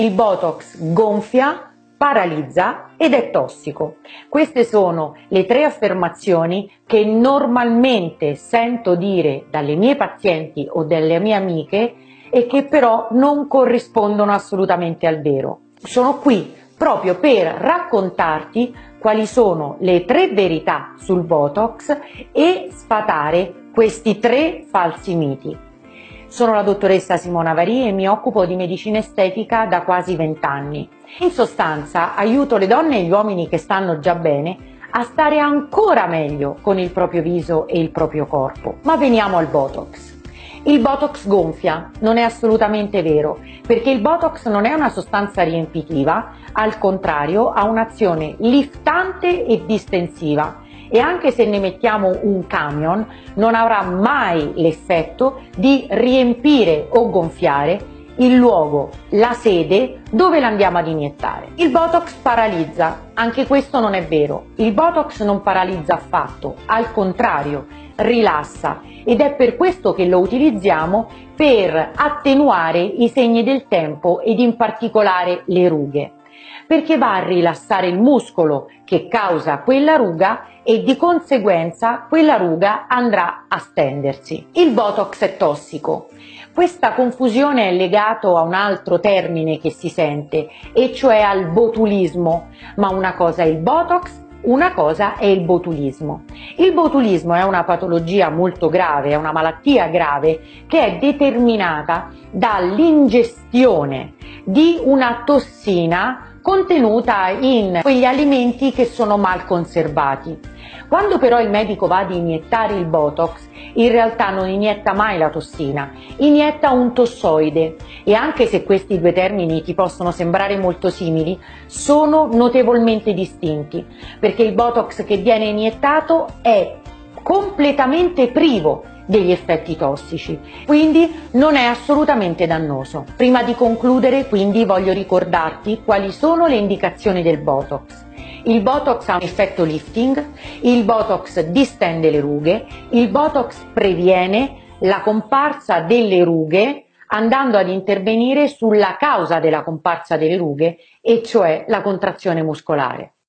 Il Botox gonfia, paralizza ed è tossico. Queste sono le 3 affermazioni che normalmente sento dire dalle mie pazienti o dalle mie amiche e che però non corrispondono assolutamente al vero. Sono qui proprio per raccontarti quali sono le 3 verità sul Botox e sfatare questi 3 falsi miti. Sono la dottoressa Simona Varì e mi occupo di medicina estetica da quasi 20 anni. In sostanza aiuto le donne e gli uomini che stanno già bene a stare ancora meglio con il proprio viso e il proprio corpo. Ma veniamo al Botox. Il Botox gonfia, non è assolutamente vero, perché il Botox non è una sostanza riempitiva, al contrario ha un'azione liftante e distensiva. E anche se ne mettiamo un camion non avrà mai l'effetto di riempire o gonfiare il luogo, la sede dove l'andiamo ad iniettare. Il Botox paralizza, anche questo non è vero. Il Botox non paralizza affatto, al contrario, rilassa ed è per questo che lo utilizziamo per attenuare i segni del tempo ed in particolare le rughe, perché va a rilassare il muscolo che causa quella ruga e di conseguenza quella ruga andrà a stendersi. Il Botox è tossico. Questa confusione è legata a un altro termine che si sente, e cioè al botulismo, ma una cosa è il Botox, una cosa è il botulismo. Il botulismo è una patologia molto grave, è una malattia grave che è determinata dall'ingestione di una tossina contenuta in quegli alimenti che sono mal conservati. Quando però il medico va ad iniettare il Botox, in realtà non inietta mai la tossina, inietta un tossoide, e anche se questi 2 termini ti possono sembrare molto simili, sono notevolmente distinti, perché il Botox che viene iniettato è completamente privo degli effetti tossici, quindi non è assolutamente dannoso. Prima di concludere, quindi, voglio ricordarti quali sono le indicazioni del Botox. Il Botox ha un effetto lifting, il Botox distende le rughe, il Botox previene la comparsa delle rughe andando ad intervenire sulla causa della comparsa delle rughe, e cioè la contrazione muscolare.